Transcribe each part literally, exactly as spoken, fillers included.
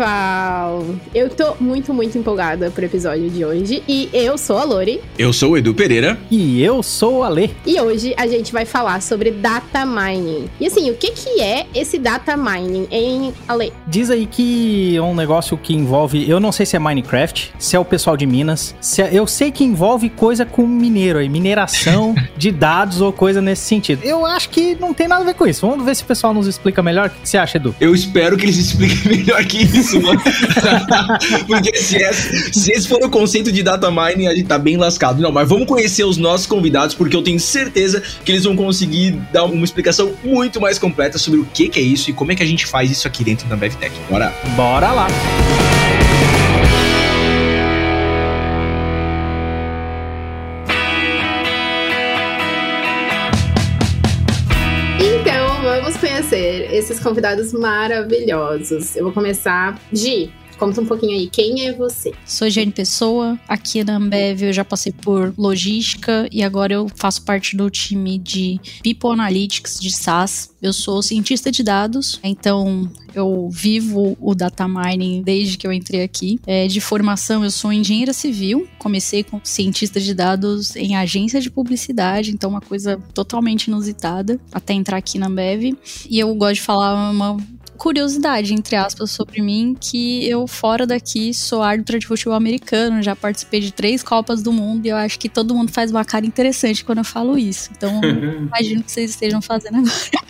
pessoal! Eu tô muito, muito empolgada pro episódio de hoje. E eu sou a Lori. Eu sou o Edu Pereira. E eu sou o Alê. E hoje a gente vai falar sobre data mining. E assim, o que que é esse data mining, hein, Alê? Diz aí que é um negócio que envolve... Eu não sei se é Minecraft, se é o pessoal de Minas. Se é, eu sei que envolve coisa com mineiro aí, mineração de dados ou coisa nesse sentido. Eu acho que não tem nada a ver com isso. Vamos ver se o pessoal nos explica melhor. O que você acha, Edu? Eu espero que eles expliquem melhor que isso, mano. Porque se esse, se esse for o conceito de data mining, a gente tá bem lascado. Não, mas vamos conhecer os nossos convidados, porque eu tenho certeza que eles vão conseguir dar uma explicação muito mais completa sobre o que, que é isso e como é que a gente faz isso aqui dentro da AmbevTech. Bora? Bora lá! Vamos conhecer esses convidados maravilhosos. Eu vou começar. Gi, conta um pouquinho aí, quem é você? Sou Jane Pessoa, aqui na Ambev eu já passei por logística e agora eu faço parte do time de People Analytics de SaaS. Eu sou cientista de dados, então eu vivo o data mining desde que eu entrei aqui. É, de formação eu sou engenheira civil, comecei como cientista de dados em agência de publicidade, então uma coisa totalmente inusitada até entrar aqui na Ambev. E eu gosto de falar uma curiosidade, entre aspas, sobre mim, que eu fora daqui sou árbitra de futebol americano, já participei de três Copas do Mundo e eu acho que todo mundo faz uma cara interessante quando eu falo isso. Então, imagino que vocês estejam fazendo agora.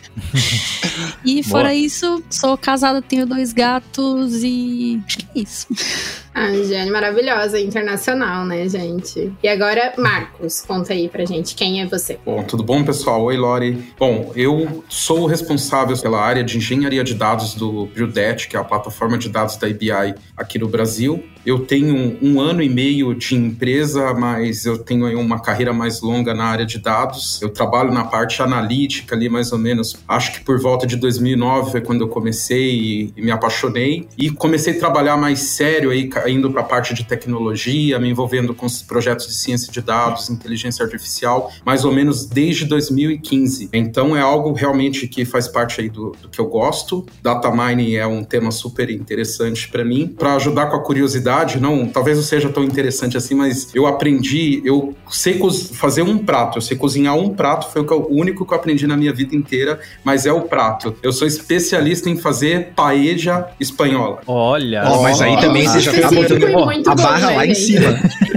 E fora Boa. Isso, sou casada, tenho dois gatos e acho que é isso. Ah, Jane, maravilhosa, internacional, né, gente? E agora, Marcos, conta aí pra gente, quem é você? Bom, tudo bom, pessoal? Oi, Lori. Bom, eu sou o responsável pela área de engenharia de dados do BuildDat, que é a plataforma de dados da A B I aqui no Brasil. Eu tenho um ano e meio de empresa, mas eu tenho aí uma carreira mais longa na área de dados. Eu trabalho na parte analítica ali, mais ou menos. Acho que por volta de dois mil e nove foi quando eu comecei e, e me apaixonei. E comecei a trabalhar mais sério aí, indo para a parte de tecnologia, me envolvendo com os projetos de ciência de dados, inteligência artificial, mais ou menos desde dois mil e quinze. Então é algo realmente que faz parte aí do, do que eu gosto. Data mining é um tema super interessante para mim. Para ajudar com a curiosidade, não, talvez não seja tão interessante assim, mas eu aprendi, eu sei fazer um prato, eu sei cozinhar um prato, foi o único que eu aprendi na minha vida inteira, mas é o prato. Eu sou especialista em fazer paella espanhola. Olha! Oh, mas aí também você já tá botando a barra lá em cima.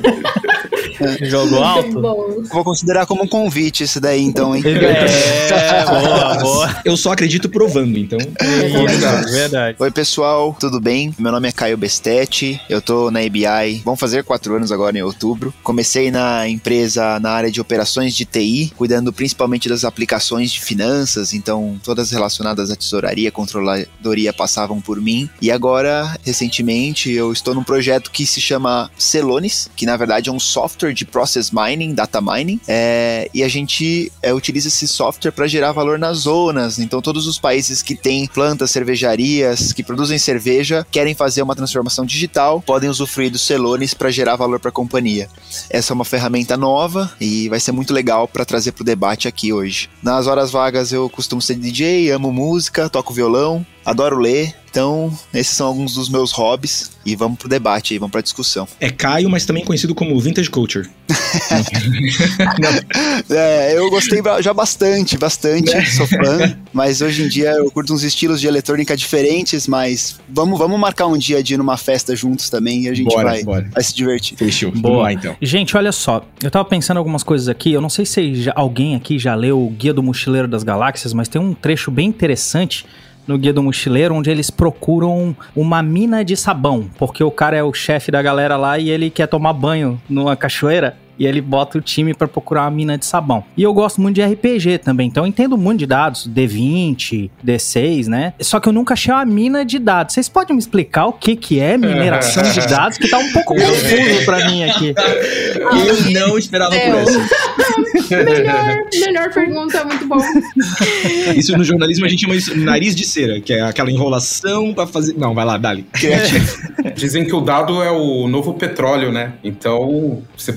Jogou alto? Vou considerar como um convite isso daí, então, hein? É, boa, boa. Eu só acredito provando, então. É verdade, verdade. Oi, pessoal, tudo bem? Meu nome é Caio Bestetti, eu tô na A B I, vão fazer quatro anos agora em outubro. Comecei na empresa na área de operações de T I, cuidando principalmente das aplicações de finanças, então todas relacionadas à tesouraria, controladoria passavam por mim. E agora, recentemente, eu estou num projeto que se chama Celonis, que na verdade é um software de process mining, data mining, é, e a gente é, utiliza esse software para gerar valor nas zonas. Então todos os países que têm plantas, cervejarias, que produzem cerveja, querem fazer uma transformação digital, podem usufruir do Celonis para gerar valor para a companhia. Essa é uma ferramenta nova e vai ser muito legal para trazer para o debate aqui hoje. Nas horas vagas eu costumo ser D J, amo música, toco violão, adoro ler. Então, esses são alguns dos meus hobbies e vamos pro debate aí, vamos pra discussão. É Caio, mas também conhecido como Vintage Culture. É, eu gostei já bastante, bastante, sou fã, mas hoje em dia eu curto uns estilos de eletrônica diferentes, mas vamos, vamos marcar um dia de ir numa festa juntos também e a gente bora, vai, bora. vai se divertir. Fechou, Boa. Vamos lá então. Gente, olha só, eu tava pensando algumas coisas aqui, eu não sei se já, alguém aqui já leu o Guia do Mochileiro das Galáxias, mas tem um trecho bem interessante no Guia do Mochileiro, onde eles procuram uma mina de sabão, porque o cara é o chefe da galera lá e ele quer tomar banho numa cachoeira. E ele bota o time pra procurar uma mina de sabão. E eu gosto muito de R P G também, então eu entendo muito de dados, D vinte, D seis, né? Só que eu nunca achei uma mina de dados. Vocês podem me explicar o que que é mineração de dados? Que tá um pouco confuso pra mim aqui. Eu não esperava por essa. melhor, melhor pergunta, muito bom. Isso no jornalismo a gente chama isso nariz de cera, que é aquela enrolação pra fazer... Não, vai lá, dali. É. Dizem que o dado é o novo petróleo, né? Então, você precisa minerar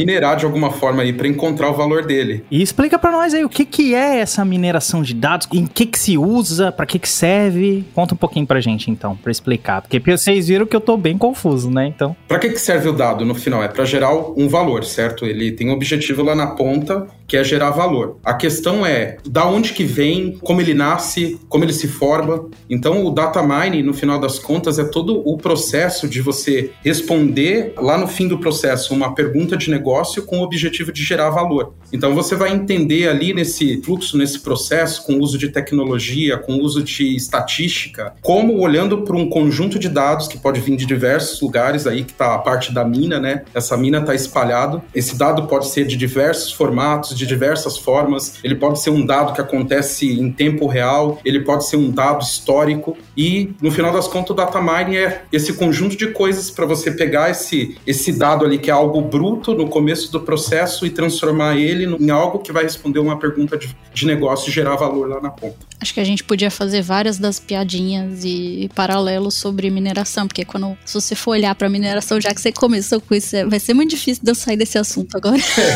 minerar de alguma forma aí para encontrar o valor dele. E explica para nós aí o que, que é essa mineração de dados, em que que se usa, para que que serve. Conta um pouquinho pra gente então, para explicar, porque vocês viram que eu tô bem confuso, né? Então, para que que serve o dado no final? É para gerar um valor, certo? Ele tem um objetivo lá na ponta, que é gerar valor. A questão é da onde que vem, como ele nasce, como ele se forma. Então, o data mining, no final das contas, é todo o processo de você responder lá no fim do processo uma pergunta de negócio com o objetivo de gerar valor. Então, você vai entender ali nesse fluxo, nesse processo, com o uso de tecnologia, com o uso de estatística, como olhando para um conjunto de dados que pode vir de diversos lugares, aí que está a parte da mina, né? Essa mina está espalhado. Esse dado pode ser de diversos formatos, de diversas formas. Ele pode ser um dado que acontece em tempo real, ele pode ser um dado histórico e, no final das contas, o data mining é esse conjunto de coisas para você pegar esse, esse dado ali que é algo bruto no começo do processo e transformar ele em algo que vai responder uma pergunta de, de negócio e gerar valor lá na ponta. Acho que a gente podia fazer várias das piadinhas e paralelos sobre mineração, porque quando se você for olhar para mineração, já que você começou com isso, vai ser muito difícil de eu sair desse assunto agora.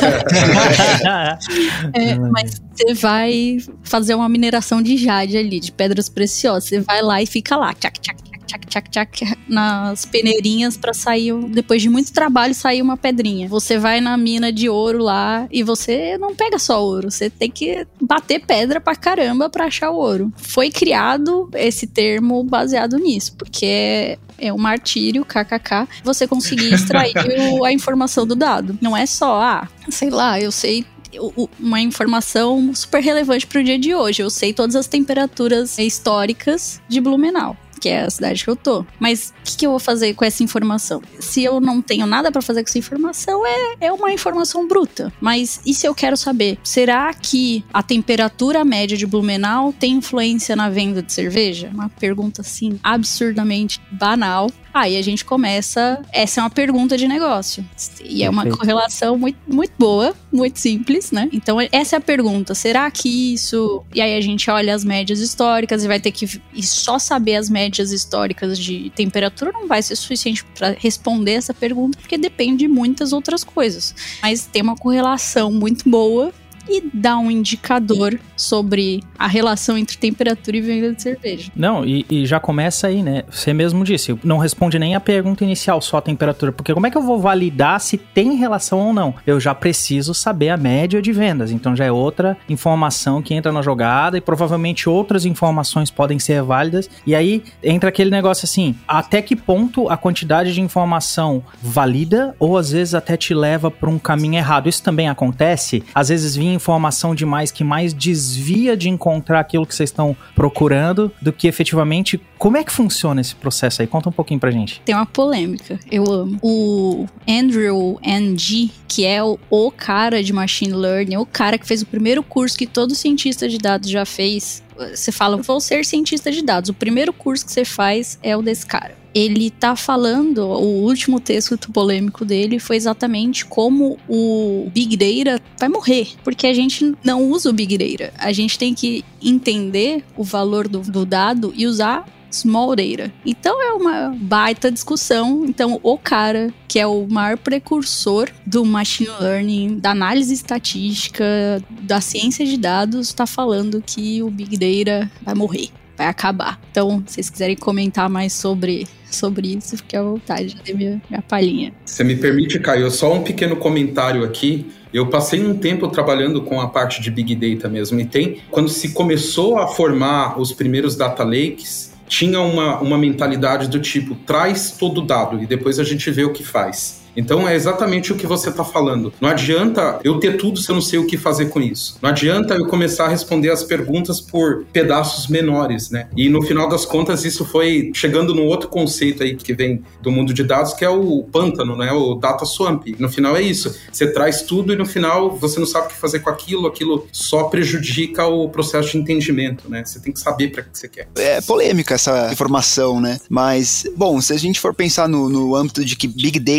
É, mas você vai fazer uma mineração de jade ali, de pedras preciosas. Você vai lá e fica lá, tchac, tchac, tchac, tchac, tchac, nas peneirinhas pra sair, depois de muito trabalho, sair uma pedrinha. Você vai na mina de ouro lá e você não pega só ouro, você tem que bater pedra pra caramba pra achar o ouro. Foi criado esse termo baseado nisso, porque é É um martírio, kkk, você conseguir extrair o, a informação do dado. Não é só, ah, sei lá, eu sei uma informação super relevante para o dia de hoje. Eu sei todas as temperaturas históricas de Blumenau, que é a cidade que eu tô. Mas o que, que eu vou fazer com essa informação? Se eu não tenho nada pra fazer com essa informação, é, é uma informação bruta. Mas e se eu quero saber, será que a temperatura média de Blumenau tem influência na venda de cerveja? Uma pergunta, assim, absurdamente banal. Aí a gente começa, essa é uma pergunta de negócio. E é uma correlação muito, muito boa, muito simples, né? Então essa é a pergunta, será que isso... E aí a gente olha as médias históricas e vai ter que... E só saber as médias históricas de temperatura não vai ser suficiente para responder essa pergunta, porque depende de muitas outras coisas. Mas tem uma correlação muito boa e dá um indicador sobre a relação entre temperatura e venda de cerveja. Não, e, e já começa aí, né? Você mesmo disse, não responde nem a pergunta inicial, só a temperatura, porque como é que eu vou validar se tem relação ou não? Eu já preciso saber a média de vendas, então já é outra informação que entra na jogada e provavelmente outras informações podem ser válidas, e aí entra aquele negócio assim, até que ponto a quantidade de informação valida ou às vezes até te leva para um caminho errado. Isso também acontece? Às vezes vinha informação demais que mais desvia de encontrar aquilo que vocês estão procurando do que efetivamente... Como é que funciona esse processo aí? Conta um pouquinho pra gente. Tem uma polêmica, eu amo. O Andrew Ng, que é o, o cara de Machine Learning, o cara que fez o primeiro curso que todo cientista de dados já fez. Você fala, vou ser cientista de dados. O primeiro curso que você faz é o desse cara. Ele tá falando, o último texto polêmico dele foi exatamente como o Big Data vai morrer, porque a gente não usa o Big Data. A gente tem que entender o valor do, do dado e usar Small Data. Então é uma baita discussão. Então o cara que é o maior precursor do Machine Learning, da análise estatística, da ciência de dados, está falando que o Big Data vai morrer, vai acabar. Então, se vocês quiserem comentar mais sobre, sobre isso, fique à vontade, já dei minha, minha palhinha. Você me permite, Caio, só um pequeno comentário aqui. Eu passei um tempo trabalhando com a parte de Big Data mesmo, e tem, quando se começou a formar os primeiros data lakes, tinha uma, uma mentalidade do tipo, traz todo o dado e depois a gente vê o que faz. Então é exatamente o que você está falando. Não adianta eu ter tudo se eu não sei o que fazer com isso. Não adianta eu começar a responder as perguntas por pedaços menores, né? E no final das contas isso foi chegando num outro conceito aí que vem do mundo de dados, que é o pântano, né? O data swamp. No final é isso. Você traz tudo e no final você não sabe o que fazer com aquilo. Aquilo só prejudica o processo de entendimento, né? Você tem que saber para que você quer. É polêmica essa informação, né? Mas, bom, se a gente for pensar no, no âmbito de que Big Data, ela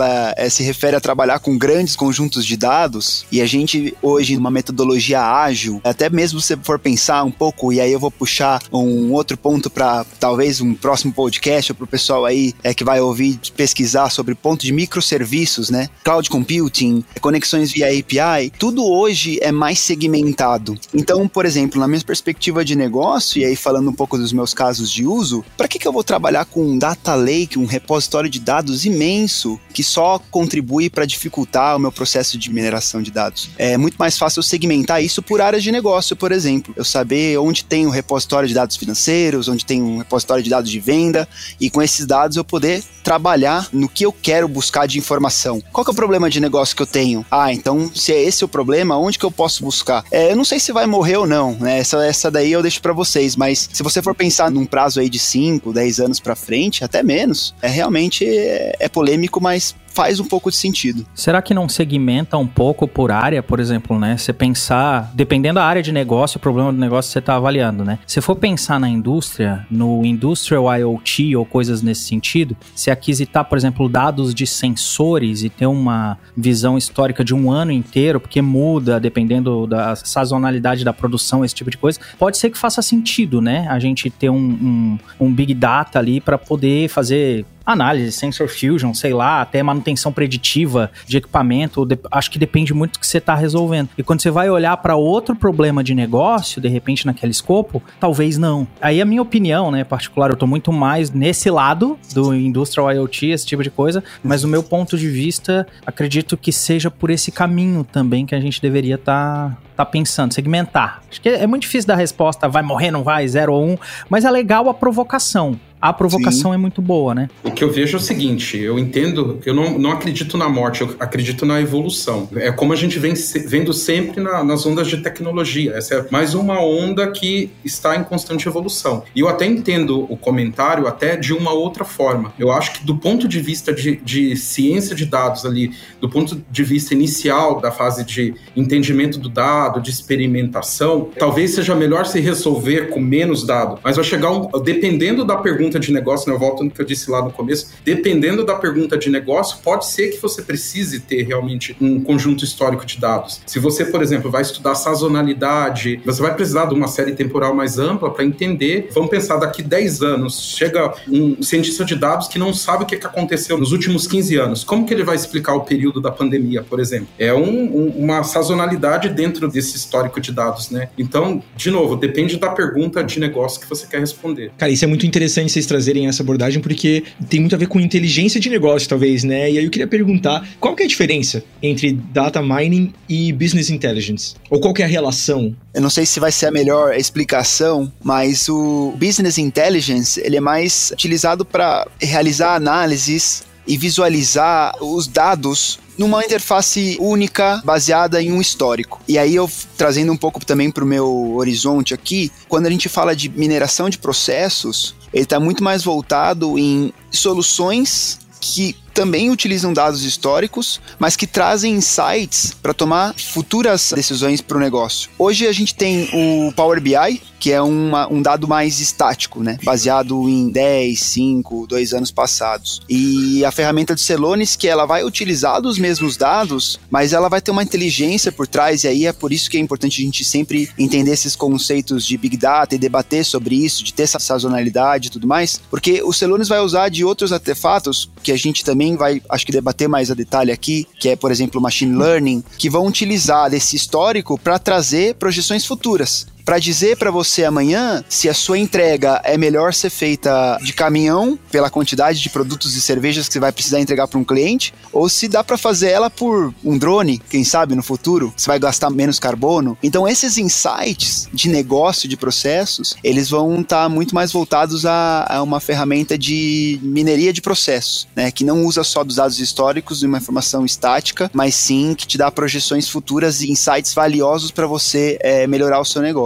ela é, se refere a trabalhar com grandes conjuntos de dados, e a gente hoje, numa metodologia ágil, até mesmo se você for pensar um pouco, e aí eu vou puxar um outro ponto para talvez um próximo podcast, ou para o pessoal aí é, que vai ouvir pesquisar sobre ponto de microserviços, né? Cloud computing, conexões via A P I, tudo hoje é mais segmentado. Então, por exemplo, na minha perspectiva de negócio, e aí falando um pouco dos meus casos de uso, para que que eu vou trabalhar com um data lake, um repositório de dados imenso, que só contribui para dificultar o meu processo de mineração de dados? É muito mais fácil eu segmentar isso por áreas de negócio, por exemplo. Eu saber onde tem um repositório de dados financeiros, onde tem um repositório de dados de venda, e com esses dados eu poder trabalhar no que eu quero buscar de informação. Qual que é o problema de negócio que eu tenho? Ah, então, se é esse o problema, onde que eu posso buscar? É, eu não sei se vai morrer ou não, né? Essa, essa daí eu deixo para vocês, mas se você for pensar num prazo aí de cinco, dez anos para frente, até menos, é realmente é, é polêmico, mas faz um pouco de sentido. Será que não segmenta um pouco por área, por exemplo, né? Você pensar, dependendo da área de negócio, o problema do negócio que você está avaliando, né? Se for pensar na indústria, no Industrial IoT ou coisas nesse sentido, se aquisitar, por exemplo, dados de sensores e ter uma visão histórica de um ano inteiro, porque muda dependendo da sazonalidade da produção, esse tipo de coisa, pode ser que faça sentido, né? A gente ter um, um, um Big Data ali para poder fazer análise, sensor fusion, sei lá, até manutenção preditiva de equipamento, de, acho que depende muito do que você está resolvendo. E quando você vai olhar para outro problema de negócio, de repente naquele escopo, talvez não. Aí a minha opinião, né, particular, eu tô muito mais nesse lado do Industrial IoT, esse tipo de coisa, mas do meu ponto de vista, acredito que seja por esse caminho também que a gente deveria estar tá, tá pensando, segmentar. Acho que é muito difícil dar resposta, vai morrer, não vai, zero ou um, mas é legal a provocação. A provocação Sim. é muito boa, né? O que eu vejo é o seguinte, eu entendo, eu não, não acredito na morte, eu acredito na evolução. É como a gente vem vendo sempre na, nas ondas de tecnologia. Essa é mais uma onda que está em constante evolução. E eu até entendo o comentário até de uma outra forma. Eu acho que do ponto de vista de, de ciência de dados ali, do ponto de vista inicial da fase de entendimento do dado, de experimentação, talvez seja melhor se resolver com menos dado. Mas vai chegar um... Dependendo da pergunta de negócio, né, eu volto no que eu disse lá no começo, dependendo da pergunta de negócio, pode ser que você precise ter realmente um conjunto histórico de dados. Se você, por exemplo, vai estudar sazonalidade, você vai precisar de uma série temporal mais ampla para entender, vamos pensar, daqui dez anos, chega um cientista de dados que não sabe o que aconteceu nos últimos quinze anos. Como que ele vai explicar o período da pandemia, por exemplo? É um, um, uma sazonalidade dentro desse histórico de dados, né? Então, de novo, depende da pergunta de negócio que você quer responder. Cara, isso é muito interessante vocês trazerem essa abordagem, porque tem muito a ver com inteligência de negócio, talvez, né? E aí eu queria perguntar, qual que é a diferença entre data mining e business intelligence? Ou qual que é a relação? Eu não sei se vai ser a melhor explicação, mas o business intelligence, ele é mais utilizado para realizar análises e visualizar os dados numa interface única, baseada em um histórico. E aí eu, trazendo um pouco também para o meu horizonte aqui, quando a gente fala de mineração de processos, ele está muito mais voltado em soluções que também utilizam dados históricos, mas que trazem insights para tomar futuras decisões para o negócio. Hoje a gente tem o Power B I, que é uma, um dado mais estático, né? Baseado em dez, cinco, dois anos passados. E a ferramenta de Celonis, que ela vai utilizar os mesmos dados, mas ela vai ter uma inteligência por trás, e aí é por isso que é importante a gente sempre entender esses conceitos de Big Data e debater sobre isso, de ter essa sazonalidade e tudo mais, porque o Celonis vai usar de outros artefatos, que a gente também vai, acho que, debater mais a detalhe aqui, que é, por exemplo, Machine Learning, que vão utilizar desse histórico para trazer projeções futuras. Para dizer para você amanhã se a sua entrega é melhor ser feita de caminhão, pela quantidade de produtos e cervejas que você vai precisar entregar para um cliente, ou se dá para fazer ela por um drone, quem sabe no futuro, você vai gastar menos carbono. Então esses insights de negócio, de processos, eles vão estar tá muito mais voltados a, a uma ferramenta de mineria de processos, né, que não usa só dos dados históricos e uma informação estática, mas sim que te dá projeções futuras e insights valiosos para você é, melhorar o seu negócio.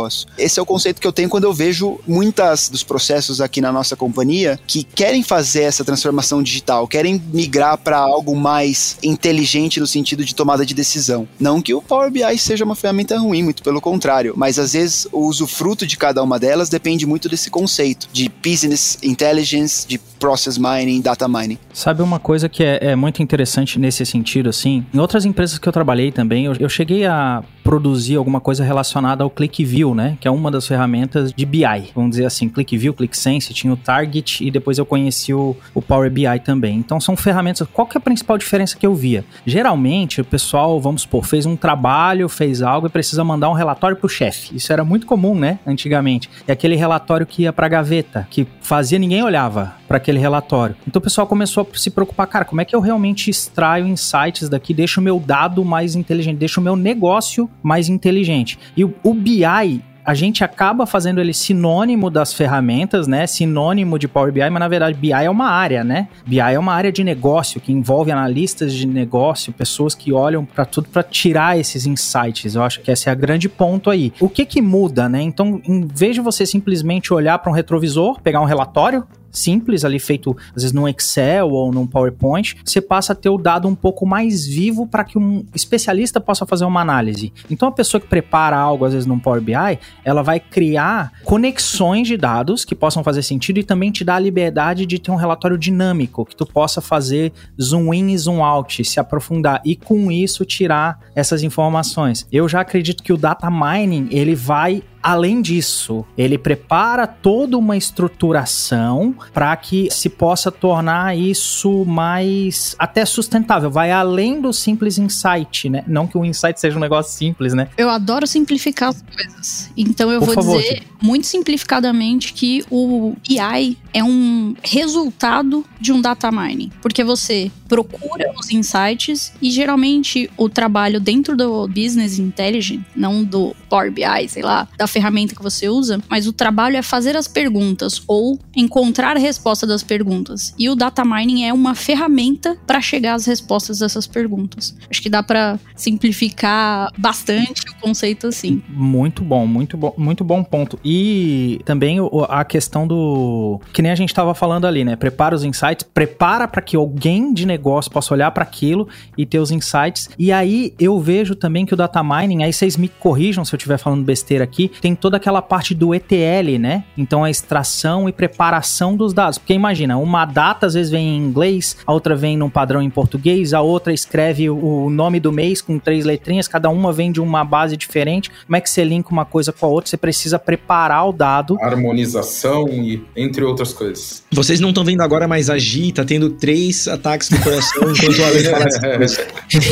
negócio. Esse é o conceito que eu tenho quando eu vejo muitas dos processos aqui na nossa companhia que querem fazer essa transformação digital, querem migrar para algo mais inteligente no sentido de tomada de decisão. Não que o Power B I seja uma ferramenta ruim, muito pelo contrário, mas às vezes o usufruto de cada uma delas depende muito desse conceito de business intelligence, de process mining, data mining. Sabe uma coisa que é, é muito interessante nesse sentido, assim? Em outras empresas que eu trabalhei também, eu, eu cheguei a produzir alguma coisa relacionada ao ClickView, né? Que é uma das ferramentas de B I. Vamos dizer assim, ClickView, ClickSense, tinha o Target e depois eu conheci o, o Power B I também. Então são ferramentas... Qual que é a principal diferença que eu via? Geralmente o pessoal, vamos supor, fez um trabalho, fez algo e precisa mandar um relatório pro chefe. Isso era muito comum, né? Antigamente. E aquele relatório que ia pra gaveta, que fazia, ninguém olhava para aquele relatório. Então o pessoal começou a se preocupar, cara, como é que eu realmente extraio insights daqui, deixo o meu dado mais inteligente, deixo o meu negócio mais inteligente. E o, o B I, a gente acaba fazendo ele sinônimo das ferramentas, né? Sinônimo de Power B I, mas na verdade B I é uma área, né? B I é uma área de negócio que envolve analistas de negócio, pessoas que olham para tudo para tirar esses insights. Eu acho que esse é o grande ponto aí. O que que muda, né? Então, em vez de você simplesmente olhar para um retrovisor, pegar um relatório simples ali feito às vezes num Excel ou num PowerPoint, você passa a ter o dado um pouco mais vivo para que um especialista possa fazer uma análise. Então a pessoa que prepara algo às vezes num Power B I, ela vai criar conexões de dados que possam fazer sentido e também te dá a liberdade de ter um relatório dinâmico, que tu possa fazer zoom in e zoom out, se aprofundar e com isso tirar essas informações. Eu já acredito que o data mining, ele vai além disso, ele prepara toda uma estruturação para que se possa tornar isso mais até sustentável, vai além do simples insight, né? Não que o insight seja um negócio simples, né? Eu adoro simplificar as coisas. Então eu Por vou favor, dizer Chico. muito simplificadamente que o B I é um resultado de um data mining, porque você procura os insights e geralmente o trabalho dentro do Business Intelligence, não do Power B I, sei lá, da ferramenta que você usa, mas o trabalho é fazer as perguntas ou encontrar a resposta das perguntas. E o data mining é uma ferramenta para chegar às respostas dessas perguntas. Acho que dá para simplificar bastante o conceito assim. Muito bom, muito bom, muito bom ponto. E também o, a questão do... Que nem a gente estava falando ali, né? Prepara os insights, prepara para que alguém de negócio possa olhar para aquilo e ter os insights. E aí eu vejo também que o data mining, aí vocês me corrijam se eu estiver falando besteira aqui, tem toda aquela parte do E T L, né? Então a extração e preparação dos dados. Porque imagina, uma data às vezes vem em inglês, a outra vem num padrão em português, a outra escreve o nome do mês com três letrinhas, cada uma vem de uma base diferente. Como é que você linka uma coisa com a outra? Você precisa preparar o dado. Harmonização e entre outras coisas. Vocês não estão vendo agora, mas a Gi tá tendo três ataques do coração enquanto a Ale fala essas coisas.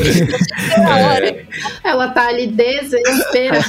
É, Ela tá ali desesperada.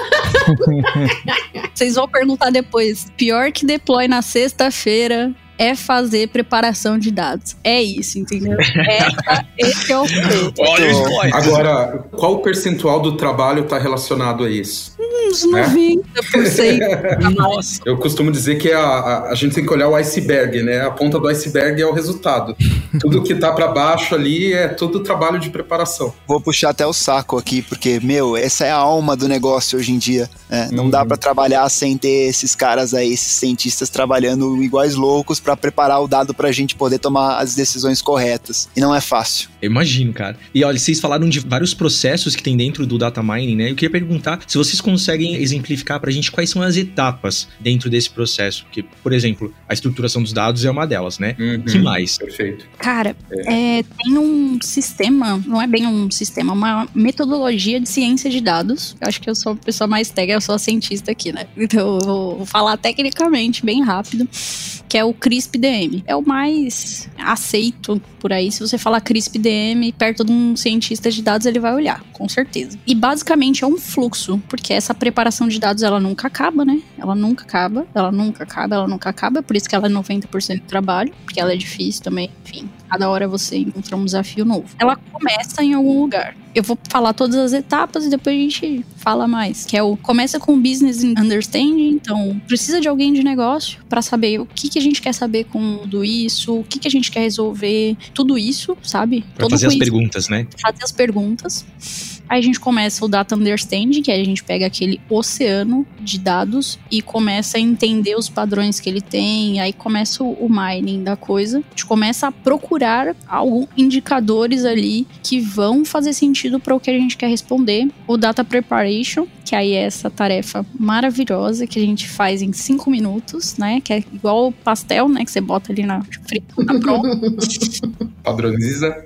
Vocês vão perguntar depois. Pior que deploy na sexta-feira é fazer preparação de dados. É isso, entendeu? Essa, esse é o ponto. Olha o spoiler. Agora, qual o percentual do trabalho está relacionado a isso? Uns noventa por cento. Nossa. Eu costumo dizer que a, a, a gente tem que olhar o iceberg, né? A ponta do iceberg é o resultado. Tudo que tá para baixo ali é todo trabalho de preparação. Vou puxar até o saco aqui, porque, meu, essa é a alma do negócio hoje em dia. Né? Não Uhum. dá pra trabalhar sem ter esses caras aí, esses cientistas trabalhando iguais loucos pra preparar o dado pra gente poder tomar as decisões corretas. E não é fácil. Eu imagino, cara. E olha, vocês falaram de vários processos que tem dentro do data mining, né? Eu queria perguntar se vocês conseguem exemplificar pra gente quais são as etapas dentro desse processo. Porque, por exemplo, a estruturação dos dados é uma delas, né? Uhum. O que mais? Perfeito. Cara, é, tem um sistema, não é bem um sistema, uma metodologia de ciência de dados. Eu acho que eu sou a pessoa mais técnica, eu sou a cientista aqui, né? Então eu vou falar tecnicamente, bem rápido, que é o CRISP-D-M. É o mais aceito por aí. Se você falar CRISP-D-M perto de um cientista de dados, ele vai olhar, com certeza. E basicamente é um fluxo, porque essa preparação de dados, ela nunca acaba, né? Ela nunca acaba, ela nunca acaba, ela nunca acaba, por isso que ela é noventa por cento do trabalho, porque ela é difícil também, enfim. Cada hora você encontra um desafio novo. Ela começa em algum lugar. Eu vou falar todas as etapas e depois a gente fala mais. Que é o começa com Business Understanding. Então, precisa de alguém de negócio para saber o que, que a gente quer saber com tudo isso, o que, que a gente quer resolver, tudo isso, sabe? Pra fazer as perguntas, né? Fazer as perguntas. Aí a gente começa o Data Understanding, que aí a gente pega aquele oceano de dados e começa a entender os padrões que ele tem, aí começa o mining da coisa. A gente começa a procurar alguns indicadores ali que vão fazer sentido para o que a gente quer responder. O Data Preparation, que aí é essa tarefa maravilhosa que a gente faz em cinco minutos, né? Que é igual o pastel, né? Que você bota ali na frita, tá pronto. Padroniza.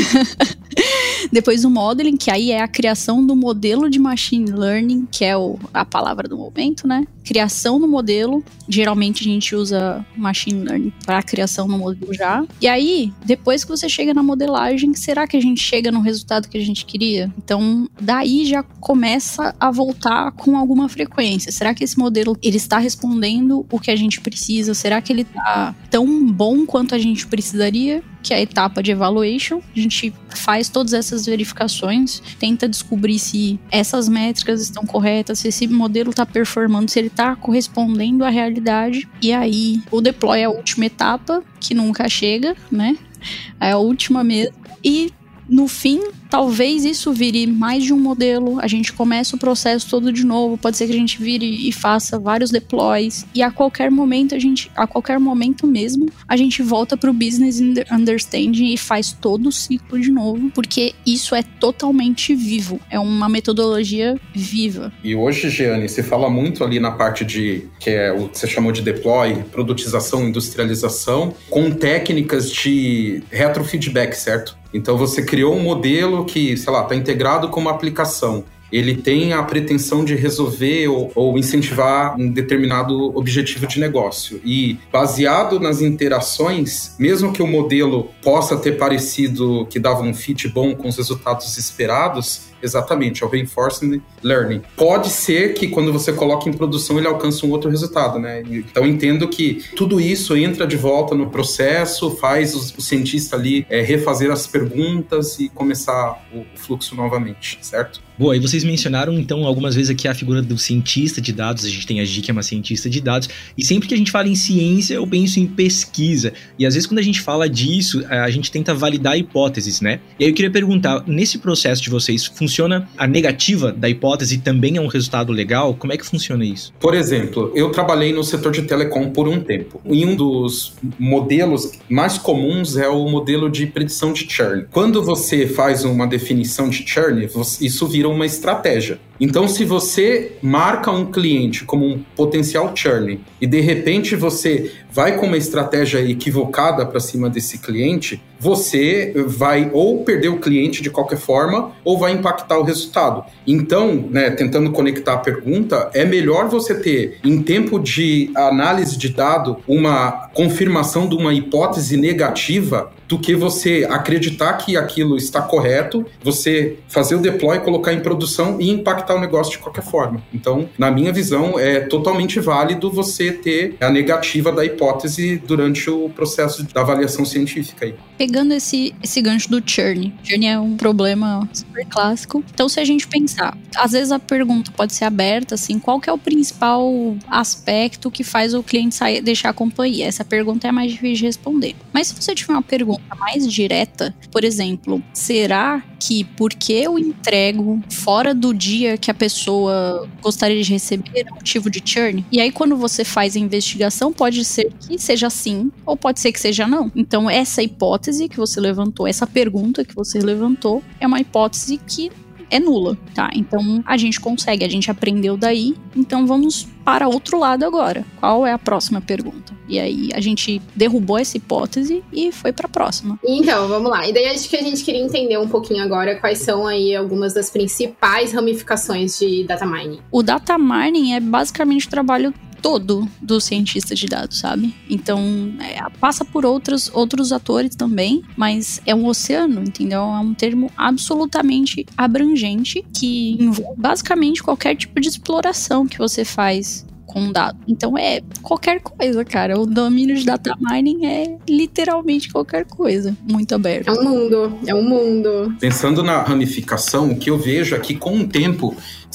Depois o modeling, que aí é a criação do modelo de machine learning, que é o, a palavra do momento, né? Criação do modelo. Geralmente a gente usa machine learning para a criação do modelo já. E aí, depois que você chega na modelagem, será que a gente chega no resultado que a gente queria? Então, daí já começa a voltar com alguma frequência. Será que esse modelo, ele está respondendo o que a gente precisa? Será que ele está tão bom quanto a gente precisaria? Que é a etapa de evaluation. A gente faz todas essas verificações, tenta descobrir se essas métricas estão corretas, se esse modelo está performando, se ele está correspondendo à realidade. E aí, o deploy é a última etapa, que nunca chega, né? É a última mesmo. E no fim, talvez isso vire mais de um modelo, a gente começa o processo todo de novo, pode ser que a gente vire e faça vários deploys, e a qualquer momento, a gente, a qualquer momento mesmo, a gente volta pro business understanding e faz todo o ciclo de novo, porque isso é totalmente vivo, é uma metodologia viva. E hoje, Jeane, você fala muito ali na parte de, que é o que você chamou de deploy, produtização, industrialização, com técnicas de retrofeedback, certo? Então você criou um modelo que, sei lá, está integrado com uma aplicação. Ele tem a pretensão de resolver ou, ou incentivar um determinado objetivo de negócio. E baseado nas interações, mesmo que o modelo possa ter parecido que dava um fit bom com os resultados esperados, exatamente, é o Reinforcement Learning. Pode ser que quando você coloca em produção ele alcance um outro resultado, né? Então eu entendo que tudo isso entra de volta no processo, faz o, o cientista ali é, refazer as perguntas e começar o, o fluxo novamente, certo? Boa, e vocês mencionaram então algumas vezes aqui a figura do cientista de dados. A gente tem a Gi, que é uma cientista de dados, e sempre que a gente fala em ciência eu penso em pesquisa, e às vezes quando a gente fala disso a gente tenta validar hipóteses, né? E aí eu queria perguntar, nesse processo de vocês, funciona a negativa da hipótese também é um resultado legal? Como é que funciona isso? Por exemplo, eu trabalhei no setor de telecom por um tempo, e um dos modelos mais comuns é o modelo de predição de churn. Quando você faz uma definição de churn, isso vira uma estratégia. Então, se você marca um cliente como um potencial churn e de repente você vai com uma estratégia equivocada para cima desse cliente, você vai ou perder o cliente de qualquer forma ou vai impactar o resultado. Então, né, tentando conectar a pergunta, é melhor você ter, em tempo de análise de dado, uma confirmação de uma hipótese negativa do que você acreditar que aquilo está correto, você fazer o deploy, colocar em produção e impactar o negócio de qualquer forma. Então, na minha visão, é totalmente válido você ter a negativa da hipótese durante o processo da avaliação científica aí. Pegando esse, esse gancho do churn, churn é um problema super clássico. Então, se a gente pensar, às vezes a pergunta pode ser aberta, assim, qual que é o principal aspecto que faz o cliente sair, deixar a companhia? Essa pergunta é mais difícil de responder. Mas se você tiver uma pergunta mais direta, por exemplo, será que porque eu entrego fora do dia que a pessoa gostaria de receber é motivo de churn? E aí quando você faz a investigação, pode ser que seja sim, ou pode ser que seja não. Então essa hipótese que você levantou, essa pergunta que você levantou, é uma hipótese que é nula, tá? Então a gente consegue, a gente aprendeu daí, então vamos para outro lado agora. Qual é a próxima pergunta? E aí a gente derrubou essa hipótese e foi para a próxima. Então, vamos lá. E daí acho que a gente queria entender um pouquinho agora quais são aí algumas das principais ramificações de data mining. O data mining é basicamente o trabalho todo do cientista de dados, sabe? Então, é, passa por outros, outros atores também, mas é um oceano, entendeu? É um termo absolutamente abrangente que envolve basicamente qualquer tipo de exploração que você faz com um dado. Então é qualquer coisa, cara. O domínio de data mining é literalmente qualquer coisa. Muito aberto. É um mundo, é um mundo. Pensando na ramificação, o que eu vejo é que com o tempo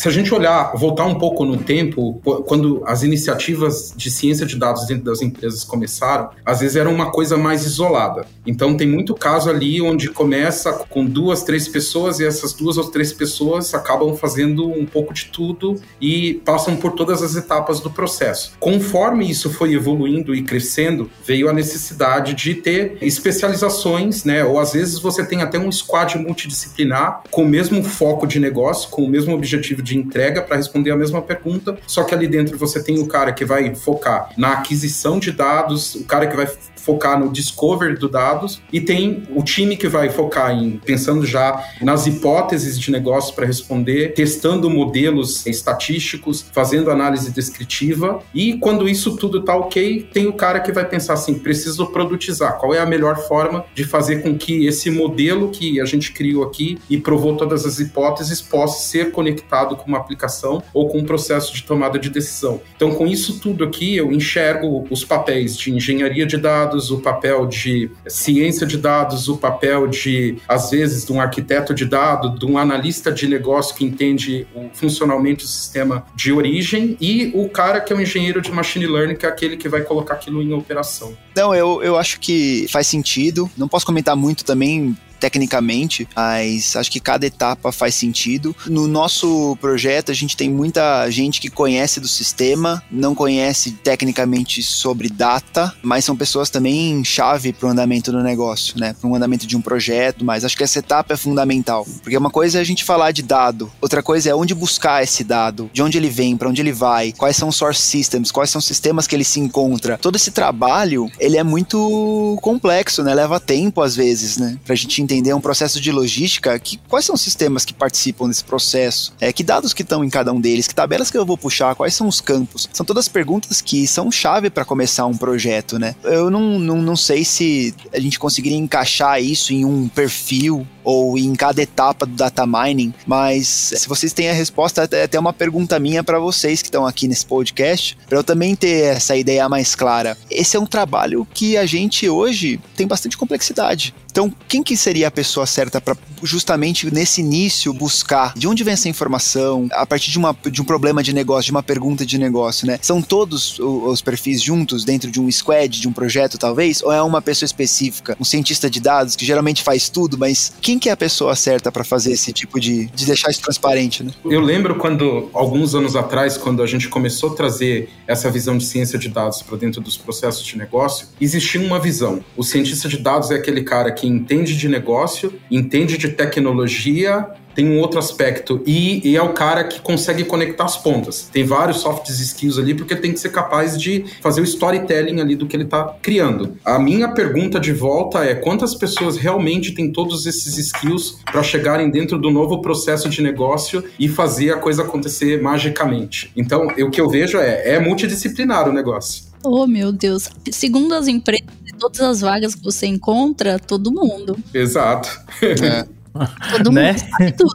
Se a gente olhar, voltar um pouco no tempo, quando as iniciativas de ciência de dados dentro das empresas começaram, às vezes era uma coisa mais isolada. Então tem muito caso ali onde começa com duas, três pessoas e essas duas ou três pessoas acabam fazendo um pouco de tudo e passam por todas as etapas do processo. Conforme isso foi evoluindo e crescendo, veio a necessidade de ter especializações, né? Ou às vezes você tem até um squad multidisciplinar com o mesmo foco de negócio, com o mesmo objetivo de entrega para responder a mesma pergunta, só que ali dentro você tem o cara que vai focar na aquisição de dados, o cara que vai focar no discovery dos dados e tem o time que vai focar em pensando já nas hipóteses de negócio para responder, testando modelos estatísticos, fazendo análise descritiva e quando isso tudo tá ok, tem o cara que vai pensar assim, preciso produtizar, qual é a melhor forma de fazer com que esse modelo que a gente criou aqui e provou todas as hipóteses possa ser conectado com uma aplicação ou com um processo de tomada de decisão. Então com isso tudo aqui eu enxergo os papéis de engenharia de dados, o papel de ciência de dados, o papel de, às vezes, de um arquiteto de dados, de um analista de negócio que entende o funcionamento do sistema de origem e o cara que é um engenheiro de machine learning, que é aquele que vai colocar aquilo em operação. Não, eu, eu acho que faz sentido. Não posso comentar muito também tecnicamente, mas acho que cada etapa faz sentido. No nosso projeto, a gente tem muita gente que conhece do sistema, não conhece tecnicamente sobre data, mas são pessoas também chave para o andamento do negócio, né? Para o andamento de um projeto, mas acho que essa etapa é fundamental, porque uma coisa é a gente falar de dado, outra coisa é onde buscar esse dado, de onde ele vem, para onde ele vai, quais são os source systems, quais são os sistemas que ele se encontra. Todo esse trabalho, ele é muito complexo, né? Leva tempo às vezes, né? Pra gente entender um processo de logística, que, quais são os sistemas que participam desse processo, é, que dados que estão em cada um deles, que tabelas que eu vou puxar, quais são os campos. São todas perguntas que são chave para começar um projeto, né? Eu não, não, não sei se a gente conseguiria encaixar isso em um perfil ou em cada etapa do data mining, mas se vocês têm a resposta, é até uma pergunta minha para vocês que estão aqui nesse podcast, para eu também ter essa ideia mais clara. Esse é um trabalho que a gente hoje tem bastante complexidade. Então, quem que seria a pessoa certa para justamente nesse início buscar de onde vem essa informação, a partir de, uma, de um problema de negócio, de uma pergunta de negócio, né? São todos os perfis juntos dentro de um squad, de um projeto talvez? Ou é uma pessoa específica, um cientista de dados que geralmente faz tudo, mas quem que é a pessoa certa para fazer esse tipo de, de deixar isso transparente, né? Eu lembro quando, alguns anos atrás, quando a gente começou a trazer essa visão de ciência de dados para dentro dos processos de negócio, existia uma visão. O cientista de dados é aquele cara que entende de negócio, entende de tecnologia, tem um outro aspecto, e, e é o cara que consegue conectar as pontas. Tem vários soft skills ali, porque ele tem que ser capaz de fazer o storytelling ali do que ele está criando. A minha pergunta de volta é, quantas pessoas realmente têm todos esses skills para chegarem dentro do novo processo de negócio e fazer a coisa acontecer magicamente? Então, o que eu vejo é, é multidisciplinar o negócio. Oh, meu Deus. Segundo as empresas e todas as vagas que você encontra, todo mundo. Exato. É. Todo Né? mundo sabe tudo.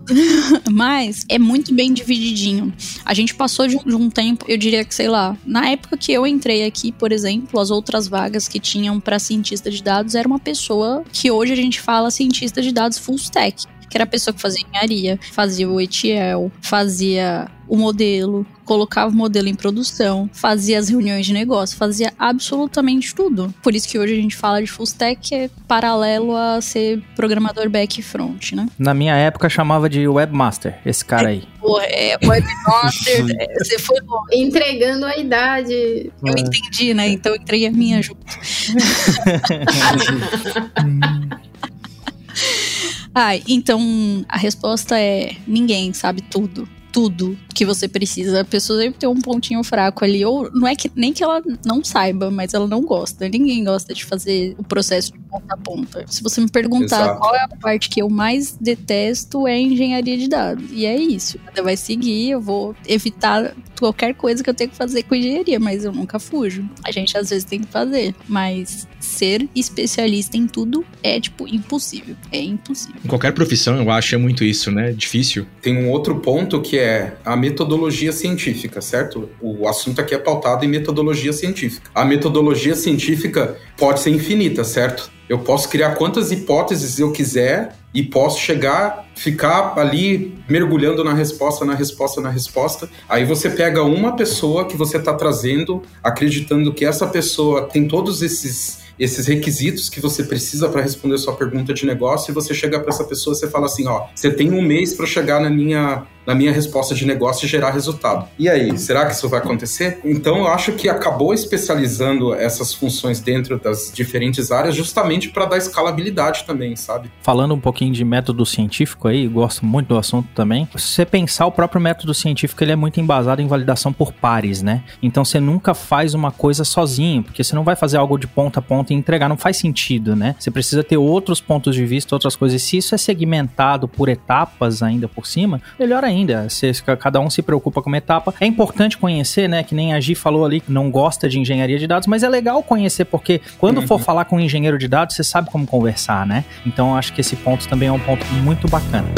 Mas é muito bem divididinho. A gente passou de um, de um tempo, eu diria que, sei lá, na época que eu entrei aqui, por exemplo, as outras vagas que tinham para cientista de dados era uma pessoa que hoje a gente fala cientista de dados full stack, que era a pessoa que fazia engenharia, fazia o E T L, fazia o modelo, colocava o modelo em produção, fazia as reuniões de negócio, fazia absolutamente tudo. Por isso que hoje a gente fala de full stack, que é paralelo a ser programador back e front, né? Na minha época chamava de webmaster, esse cara aí. Porra, é webmaster, é, você foi longe. Entregando a idade. Eu É. entendi, né? Então eu entreguei a minha junto. Ah, então a resposta é: ninguém sabe tudo. Tudo que você precisa. A pessoa sempre tem um pontinho fraco ali. Ou não é que nem que ela não saiba, mas ela não gosta. Ninguém gosta de fazer o processo de ponta a ponta. Se você me perguntar Exato. qual é a parte que eu mais detesto, é engenharia de dados. E é isso. Você vai seguir, eu vou evitar qualquer coisa que eu tenho que fazer com engenharia, mas eu nunca fujo. A gente às vezes tem que fazer. Mas ser especialista em tudo é, tipo, impossível. É impossível. Em qualquer profissão, eu acho, é muito isso, né? Difícil. Tem um outro ponto que é a metodologia científica, certo? O assunto aqui é pautado em metodologia científica. A metodologia científica pode ser infinita, certo? Eu posso criar quantas hipóteses eu quiser e posso chegar, ficar ali mergulhando na resposta, na resposta, na resposta. Aí você pega uma pessoa que você está trazendo, acreditando que essa pessoa tem todos esses, esses requisitos que você precisa para responder a sua pergunta de negócio, e você chega para essa pessoa e você fala assim, ó, você tem um mês para chegar na minha, na minha resposta de negócio e gerar resultado. E aí, será que isso vai acontecer? Então eu acho que acabou especializando essas funções dentro das diferentes áreas justamente para dar escalabilidade também, sabe? Falando um pouquinho de método científico aí, gosto muito do assunto também. Se você pensar, o próprio método científico, ele é muito embasado em validação por pares, né? Então você nunca faz uma coisa sozinho, porque você não vai fazer algo de ponta a ponta e entregar, não faz sentido, né? Você precisa ter outros pontos de vista, outras coisas. E se isso é segmentado por etapas ainda por cima, melhor ainda. Se cada um se preocupa com uma etapa. É importante conhecer, né? Que nem a Gi falou ali, que não gosta de engenharia de dados, mas é legal conhecer, porque quando uhum. for falar com um engenheiro de dados, você sabe como conversar, né? Então acho que esse ponto também é um ponto muito bacana.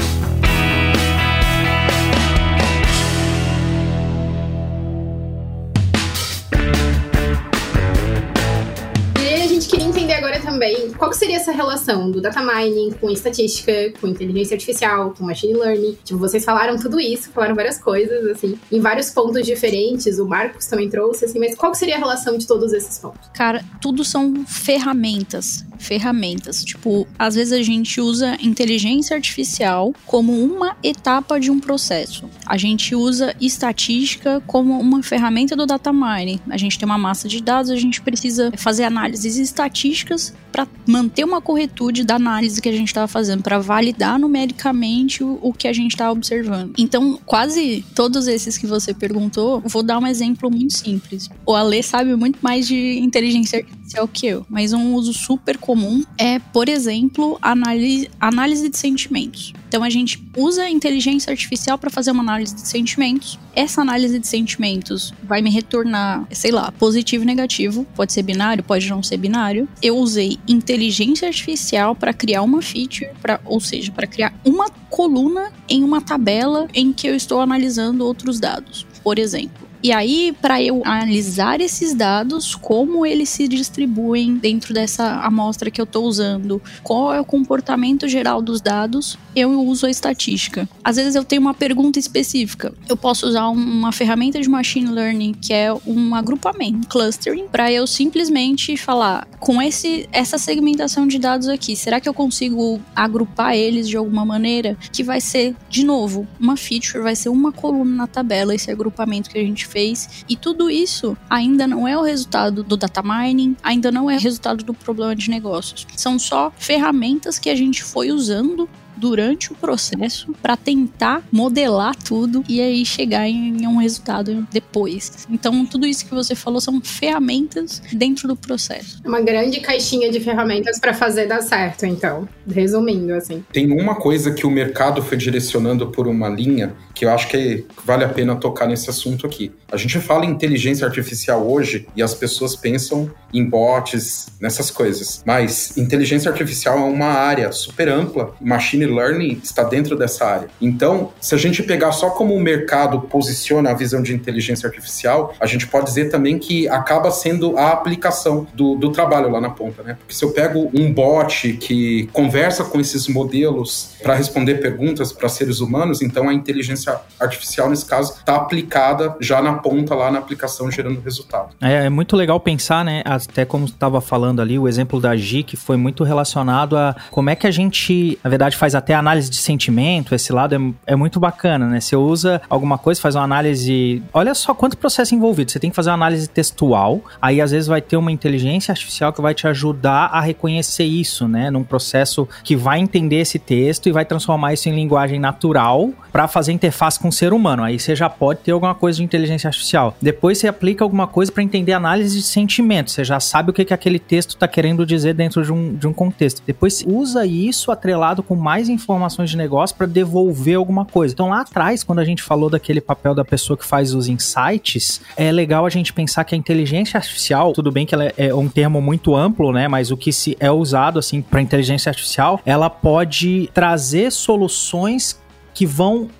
Também, qual que seria essa relação do data mining com estatística, com inteligência artificial, com machine learning? Tipo, vocês falaram tudo isso, falaram várias coisas, assim, em vários pontos diferentes, o Marcos também trouxe, assim, mas qual que seria a relação de todos esses pontos? Cara, tudo são ferramentas, ferramentas. Tipo, às vezes a gente usa inteligência artificial como uma etapa de um processo. A gente usa estatística como uma ferramenta do data mining. A gente tem uma massa de dados, a gente precisa fazer análises estatísticas para manter uma corretude da análise que a gente estava fazendo, para validar numericamente o, o que a gente está observando. Então, quase todos esses que você perguntou, vou dar um exemplo muito simples. O Ale sabe muito mais de inteligência artificial que eu, mas um uso super comum é, por exemplo, análise, análise de sentimentos. Então, a gente usa a inteligência artificial para fazer uma análise de sentimentos. Essa análise de sentimentos vai me retornar, sei lá, positivo e negativo. Pode ser binário, pode não ser binário. Eu usei inteligência artificial para criar uma feature, pra, ou seja, para criar uma coluna em uma tabela em que eu estou analisando outros dados, por exemplo. E aí, para eu analisar esses dados, como eles se distribuem dentro dessa amostra que eu estou usando, qual é o comportamento geral dos dados, eu uso a estatística. Às vezes eu tenho uma pergunta específica. Eu posso usar uma ferramenta de machine learning, que é um agrupamento, um clustering, para eu simplesmente falar, com esse, essa segmentação de dados aqui, será que eu consigo agrupar eles de alguma maneira? Que vai ser, de novo, uma feature, vai ser uma coluna na tabela, esse agrupamento que a gente fez, e tudo isso ainda não é o resultado do data mining, ainda não é o resultado do problema de negócios. São só ferramentas que a gente foi usando durante o processo para tentar modelar tudo e aí chegar em um resultado depois. Então, tudo isso que você falou são ferramentas dentro do processo. Uma grande caixinha de ferramentas para fazer dar certo, então. Resumindo, assim. Tem uma coisa que o mercado foi direcionando por uma linha que eu acho que vale a pena tocar nesse assunto aqui. A gente fala em inteligência artificial hoje e as pessoas pensam em bots, nessas coisas. Mas inteligência artificial é uma área super ampla. Machine learning está dentro dessa área. Então, se a gente pegar só como o mercado posiciona a visão de inteligência artificial, a gente pode dizer também que acaba sendo a aplicação do, do trabalho lá na ponta, né? Porque se eu pego um bot que conversa com esses modelos para responder perguntas para seres humanos, então a inteligência artificial, nesse caso, está aplicada já na ponta, lá na aplicação, gerando resultado. É, é muito legal pensar, né? Até como estava falando ali, o exemplo da Gi, que foi muito relacionado a como é que a gente, na verdade, faz até análise de sentimento. Esse lado é, é muito bacana, né? Você usa alguma coisa, faz uma análise... Olha só quanto processo envolvido. Você tem que fazer uma análise textual, aí às vezes vai ter uma inteligência artificial que vai te ajudar a reconhecer isso, né? Num processo que vai entender esse texto e vai transformar isso em linguagem natural para fazer interface com o ser humano. Aí você já pode ter alguma coisa de inteligência artificial. Depois você aplica alguma coisa para entender análise de sentimento. Você já sabe o que, que aquele texto está querendo dizer dentro de um, de um contexto. Depois você usa isso atrelado com mais informações de negócio para devolver alguma coisa. Então lá atrás, quando a gente falou daquele papel da pessoa que faz os insights, é legal a gente pensar que a inteligência artificial, tudo bem que ela é um termo muito amplo, né? Mas o que se é usado assim para inteligência artificial, ela pode trazer soluções que vão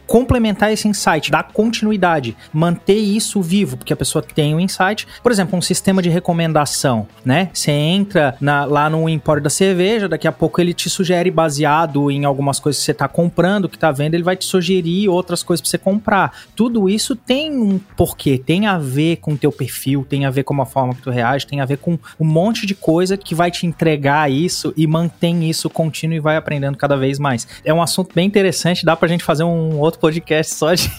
complementar esse insight, dar continuidade, manter isso vivo, porque a pessoa tem um insight. Por exemplo, um sistema de recomendação, né? Você entra na, lá no Empório da Cerveja, daqui a pouco ele te sugere, baseado em algumas coisas que você está comprando, que está vendo, ele vai te sugerir outras coisas para você comprar. Tudo isso tem um porquê, tem a ver com o teu perfil, tem a ver com a forma que tu reage, tem a ver com um monte de coisa que vai te entregar isso e mantém isso contínuo e vai aprendendo cada vez mais. É um assunto bem interessante, dá pra gente fazer um outro podcast só de...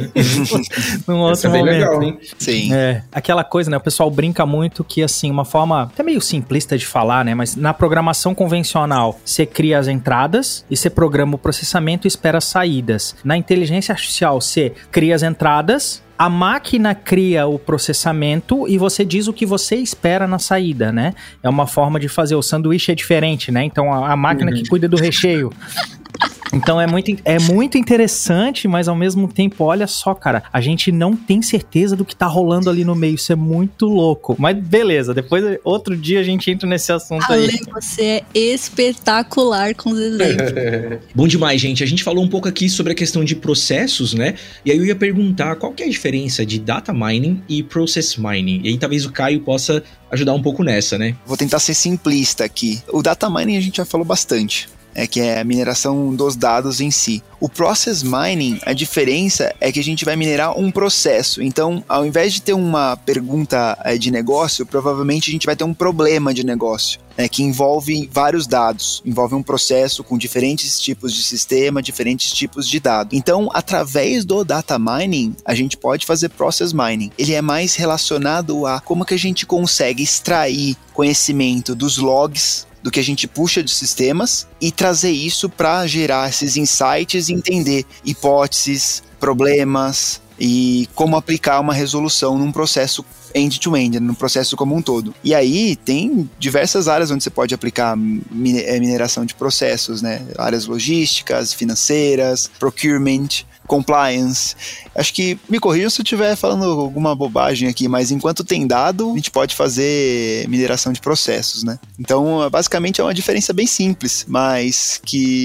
num outro Isso é bem momento. legal, hein? Sim. É, aquela coisa, né, o pessoal brinca muito que, assim, uma forma até meio simplista de falar, né, mas na programação convencional, você cria as entradas e você programa o processamento e espera as saídas. Na inteligência artificial, você cria as entradas, a máquina cria o processamento e você diz o que você espera na saída, né? É uma forma de fazer. O sanduíche é diferente, né? Então, a, a máquina uhum. que cuida do recheio. Então é muito, é muito interessante, mas ao mesmo tempo, olha só, cara, a gente não tem certeza do que tá rolando ali no meio, isso é muito louco. Mas beleza, depois, outro dia a gente entra nesse assunto Ale, aí. Você é espetacular com os exemplos. Bom demais, gente. A gente falou um pouco aqui sobre a questão de processos, né? E aí eu ia perguntar qual que é a diferença de data mining e process mining. E aí talvez o Caio possa ajudar um pouco nessa, né? Vou tentar ser simplista aqui. O data mining a gente já falou bastante. É que é a mineração dos dados em si. O process mining, a diferença é que a gente vai minerar um processo. Então, ao invés de ter uma pergunta é, de negócio, provavelmente a gente vai ter um problema de negócio, né, que envolve vários dados, envolve um processo com diferentes tipos de sistema, diferentes tipos de dados. Então, através do data mining, a gente pode fazer process mining. Ele é mais relacionado a como que a gente consegue extrair conhecimento dos logs, do que a gente puxa de sistemas e trazer isso para gerar esses insights e entender hipóteses, problemas e como aplicar uma resolução num processo end-to-end, num processo como um todo. E aí tem diversas áreas onde você pode aplicar mineração de processos, né? Áreas logísticas, financeiras, procurement, compliance. Acho que, me corrijam se eu estiver falando alguma bobagem aqui, mas enquanto tem dado, a gente pode fazer mineração de processos, né? Então, basicamente é uma diferença bem simples, mas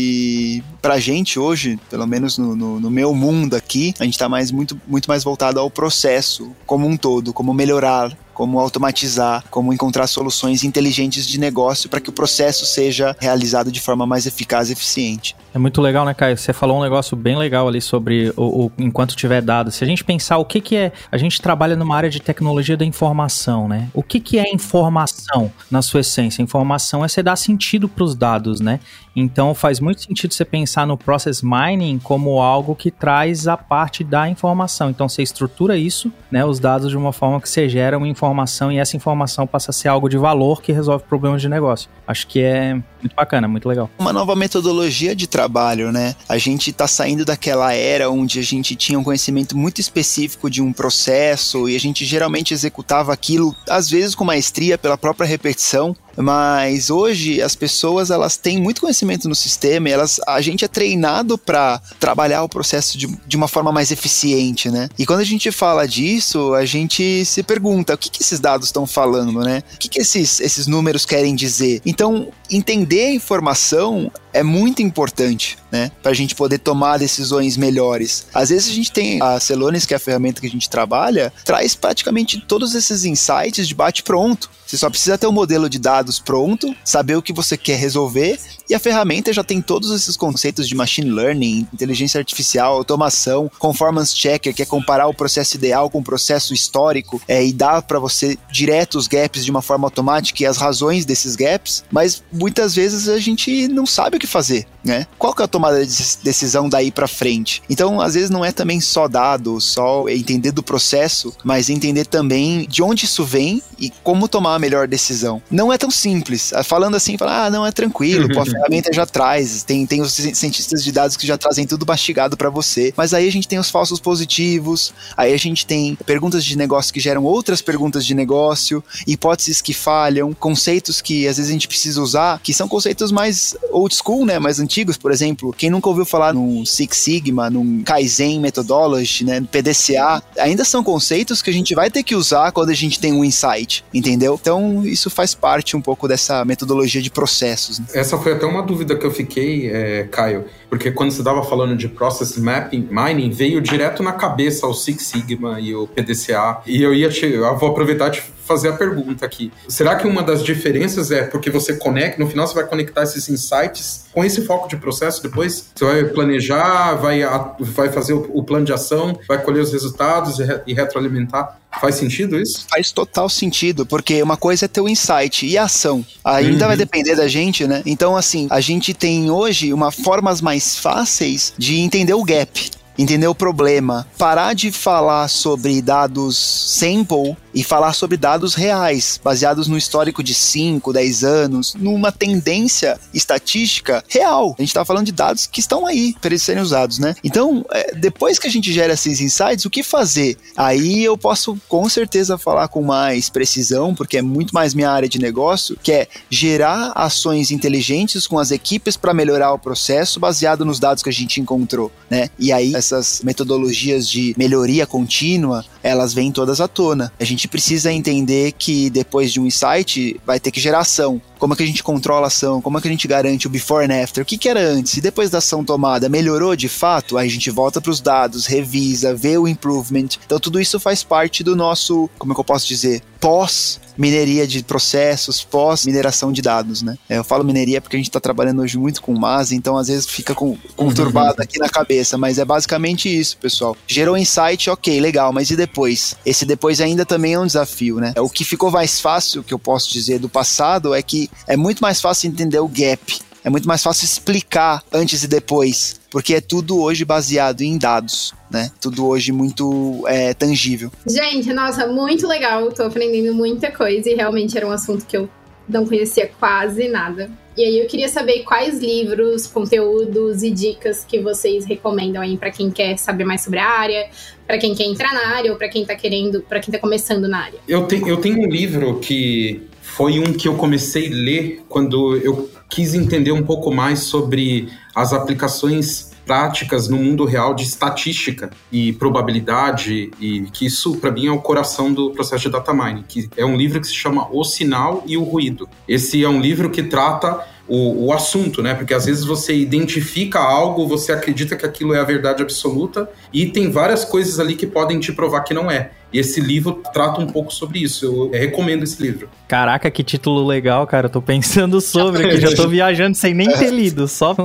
que pra gente hoje, pelo menos no, no, no meu mundo aqui, a gente tá mais, muito, muito mais voltado ao processo como um todo, como melhorar, como automatizar, como encontrar soluções inteligentes de negócio para que o processo seja realizado de forma mais eficaz e eficiente. É muito legal, né, Caio? Você falou um negócio bem legal ali sobre o, o enquanto tiver dados. Se a gente pensar o que que é... A gente trabalha numa área de tecnologia da informação, né? O que que é informação na sua essência? Informação é você dar sentido para os dados, né? Então faz muito sentido você pensar no process mining como algo que traz a parte da informação. Então você estrutura isso, né, os dados de uma forma que você gera uma informação e essa informação passa a ser algo de valor que resolve problemas de negócio. Acho que é muito bacana, muito legal. Uma nova metodologia de trabalho, né? A gente tá saindo daquela era onde a gente tinha um conhecimento muito específico de um processo e a gente geralmente executava aquilo, às vezes com maestria pela própria repetição. Mas hoje as pessoas elas têm muito conhecimento no sistema e elas, a gente é treinado para trabalhar o processo de, de uma forma mais eficiente, né? E quando a gente fala disso, a gente se pergunta o que, que esses dados estão falando, né? O que, que esses, esses números querem dizer? Então, entender a informação é muito importante, né? Para a gente poder tomar decisões melhores. Às vezes a gente tem a Celonis, que é a ferramenta que a gente trabalha, traz praticamente todos esses insights de bate-pronto. Você só precisa ter um modelo de dados pronto, saber o que você quer resolver, e a ferramenta já tem todos esses conceitos de machine learning, inteligência artificial, automação, performance checker, que é comparar o processo ideal com o processo histórico, é, e dar para você direto os gaps de uma forma automática e as razões desses gaps, mas muitas vezes a gente não sabe o que fazer, né? Qual que é a tomada de decisão daí para frente? Então, às vezes não é também só dado, só entender do processo, mas entender também de onde isso vem e como tomar a melhor decisão. Não é tão simples. Falando assim, falar, ah, não, é tranquilo, pô, a ferramenta já traz, tem, tem os cientistas de dados que já trazem tudo mastigado para você, mas aí a gente tem os falsos positivos, aí a gente tem perguntas de negócio que geram outras perguntas de negócio, hipóteses que falham, conceitos que às vezes a gente precisa usar, que são conceitos mais old school, school, né, mais antigos, por exemplo, quem nunca ouviu falar num Six Sigma, num Kaizen Methodology, né, P D C A, ainda são conceitos que a gente vai ter que usar quando a gente tem um insight, entendeu? Então, isso faz parte um pouco dessa metodologia de processos. Né? Essa foi até uma dúvida que eu fiquei, é, Caio, porque quando você estava falando de Process Mapping, Mining, veio direto na cabeça o Six Sigma e o P D C A, e eu ia te, eu vou aproveitar de fazer a pergunta aqui. Será que uma das diferenças é porque você conecta, no final você vai conectar esses insights com esse foco de processo depois? Você vai planejar, vai, vai fazer o, o plano de ação, vai colher os resultados e, re, e retroalimentar? Faz sentido isso? Faz total sentido, porque uma coisa é ter o insight e a ação. Ainda uhum. vai depender da gente, né? Então, assim, a gente tem hoje uma formas mais fáceis de entender o gap. Entender o problema, parar de falar sobre dados sample e falar sobre dados reais, baseados no histórico de cinco, dez anos, numa tendência estatística real. A gente está falando de dados que estão aí para eles serem usados, né? Então, é, depois que a gente gera esses insights, o que fazer? Aí eu posso com certeza falar com mais precisão, porque é muito mais minha área de negócio, que é gerar ações inteligentes com as equipes para melhorar o processo baseado nos dados que a gente encontrou, né? E aí, essas metodologias de melhoria contínua, elas vêm todas à tona. A gente precisa entender que depois de um insight vai ter que gerar ação. Como é que a gente controla a ação? Como é que a gente garante o before and after? O que, que era antes? E depois da ação tomada, melhorou de fato? Aí a gente volta para os dados, revisa, vê o improvement. Então tudo isso faz parte do nosso, como é que eu posso dizer? Pós-mineria de processos, pós-mineração de dados, né? Eu falo mineria porque a gente está trabalhando hoje muito com M A S, então às vezes fica com, conturbado aqui na cabeça, mas é basicamente isso, pessoal. Gerou insight, ok, legal, mas e depois? Esse depois ainda também é um desafio, né? O que ficou mais fácil, que eu posso dizer, do passado, é que é muito mais fácil entender o gap, é muito mais fácil explicar antes e depois, porque é tudo hoje baseado em dados, né? Tudo hoje muito é, tangível. Gente, nossa, muito legal, tô aprendendo muita coisa e realmente era um assunto que eu não conhecia quase nada. E aí eu queria saber quais livros, conteúdos e dicas que vocês recomendam aí para quem quer saber mais sobre a área, para quem quer entrar na área ou para quem tá querendo, para quem tá começando na área. Eu, te, eu tenho um livro que foi um que eu comecei a ler quando eu quis entender um pouco mais sobre as aplicações práticas no mundo real de estatística e probabilidade, e que isso, para mim, é o coração do processo de data mining, que é um livro que se chama O Sinal e o Ruído. Esse é um livro que trata o, o assunto, né? Porque às vezes você identifica algo, você acredita que aquilo é a verdade absoluta, e tem várias coisas ali que podem te provar que não é. E esse livro trata um pouco sobre isso. Eu recomendo esse livro. Caraca, que título legal, cara. Eu tô pensando sobre aqui. Já tô viajando sem nem ter lido. Só...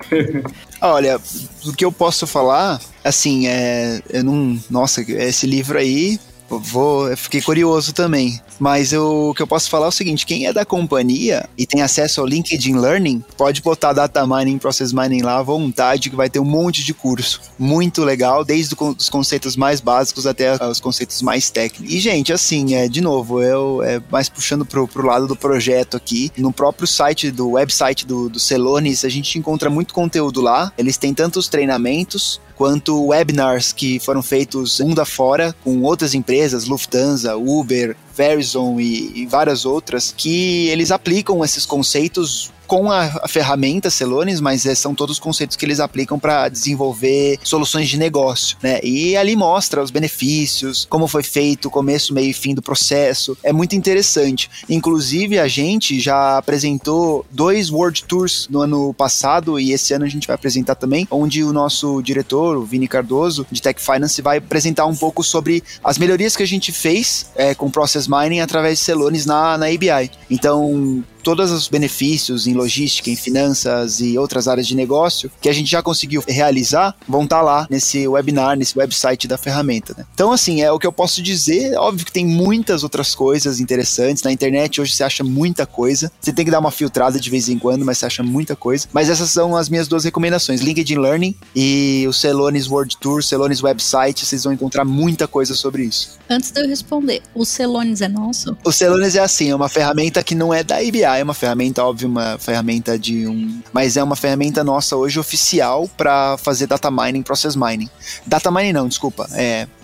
Olha, o que eu posso falar, assim, é... Eu não... Nossa, esse livro aí... Vou, eu fiquei curioso também, mas eu, o que eu posso falar é o seguinte: quem é da companhia e tem acesso ao LinkedIn Learning, pode botar Data Mining, Process Mining lá à vontade, que vai ter um monte de curso, muito legal, desde os conceitos mais básicos até os conceitos mais técnicos. E gente, assim, é, de novo, eu é, mais puxando pro, pro lado do projeto aqui, no próprio site, do website do, do Celonis, a gente encontra muito conteúdo lá, eles têm tantos treinamentos quanto webinars que foram feitos mundo afora com outras empresas, Lufthansa, Uber, Verizon e, e várias outras, que eles aplicam esses conceitos com a, a ferramenta Celonis, mas é, são todos conceitos que eles aplicam para desenvolver soluções de negócio, né? E ali mostra os benefícios, como foi feito, começo, meio e fim do processo. É muito interessante. Inclusive, a gente já apresentou dois World Tours no ano passado e esse ano a gente vai apresentar também, onde o nosso diretor, o Vini Cardoso, de Tech Finance, vai apresentar um pouco sobre as melhorias que a gente fez é, com Process Mining através de Celonis na, na A B I. Então, todos os benefícios em logística, em finanças e outras áreas de negócio que a gente já conseguiu realizar vão estar lá nesse webinar, nesse website da ferramenta, né? Então, assim, é o que eu posso dizer. Óbvio que tem muitas outras coisas interessantes. Na internet hoje você acha muita coisa. Você tem que dar uma filtrada de vez em quando, mas você acha muita coisa. Mas essas são as minhas duas recomendações: LinkedIn Learning e o Celonis World Tour, Celonis Website. Vocês vão encontrar muita coisa sobre isso. Antes de eu responder, o Celonis é nosso? O Celonis é assim, é uma ferramenta que não é da A B I. É uma ferramenta, óbvio, uma ferramenta de um... Mas é uma ferramenta nossa hoje oficial para fazer data mining, process mining. Data mining não, desculpa. É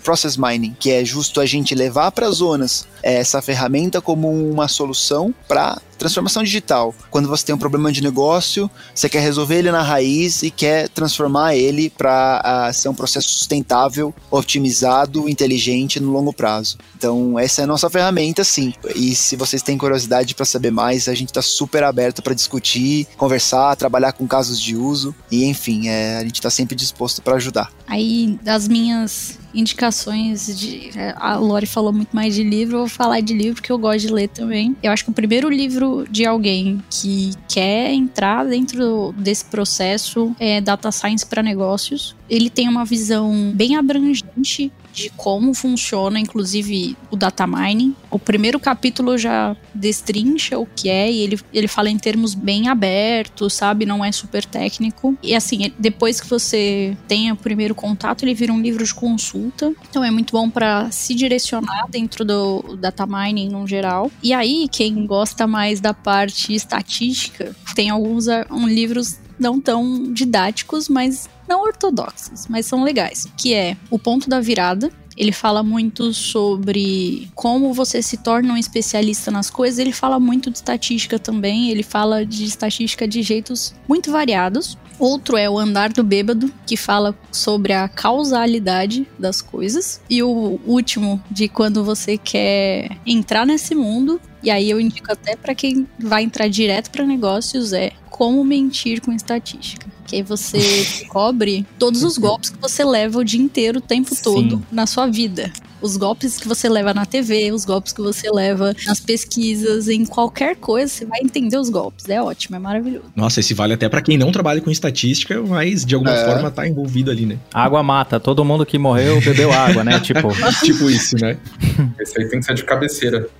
Process Mining, que é justo a gente levar para as zonas essa ferramenta como uma solução para transformação digital. Quando você tem um problema de negócio, você quer resolver ele na raiz e quer transformar ele para uh, ser um processo sustentável, otimizado, inteligente no longo prazo. Então, essa é a nossa ferramenta, sim. E se vocês têm curiosidade para saber mais, a gente está super aberto para discutir, conversar, trabalhar com casos de uso e, enfim, é, a gente está sempre disposto para ajudar. Aí, das minhas indicações, de, a Lori falou muito mais de livro, eu vou falar de livro porque eu gosto de ler também. Eu acho que o primeiro livro de alguém que quer entrar dentro desse processo é Data Science para Negócios. Ele tem uma visão bem abrangente de como funciona, inclusive, o data mining. O primeiro capítulo já destrincha o que é e ele, ele fala em termos bem abertos, sabe? Não é super técnico. E assim, depois que você tem o primeiro contato, ele vira um livro de consulta. Então é muito bom para se direcionar dentro do data mining no geral. E aí, quem gosta mais da parte estatística, tem alguns um, livros não tão didáticos, mas não ortodoxos, mas são legais, que é O Ponto da Virada. Ele fala muito sobre como você se torna um especialista nas coisas. Ele fala muito de estatística também. Ele fala de estatística de jeitos muito variados. Outro é O Andar do Bêbado, que fala sobre a causalidade das coisas. E o último, de quando você quer entrar nesse mundo, e aí eu indico até para quem vai entrar direto para negócios, é Como Mentir com Estatística. Que aí você descobre todos os golpes que você leva o dia inteiro, o tempo Sim. todo, na sua vida. Os golpes que você leva na T V, os golpes que você leva nas pesquisas, em qualquer coisa, você vai entender os golpes. É ótimo, é maravilhoso. Nossa, esse vale até pra quem não trabalha com estatística, mas de alguma É. forma tá envolvido ali, né? Água mata, todo mundo que morreu bebeu água, né? Tipo, Tipo isso, né? Esse aí tem que ser de cabeceira.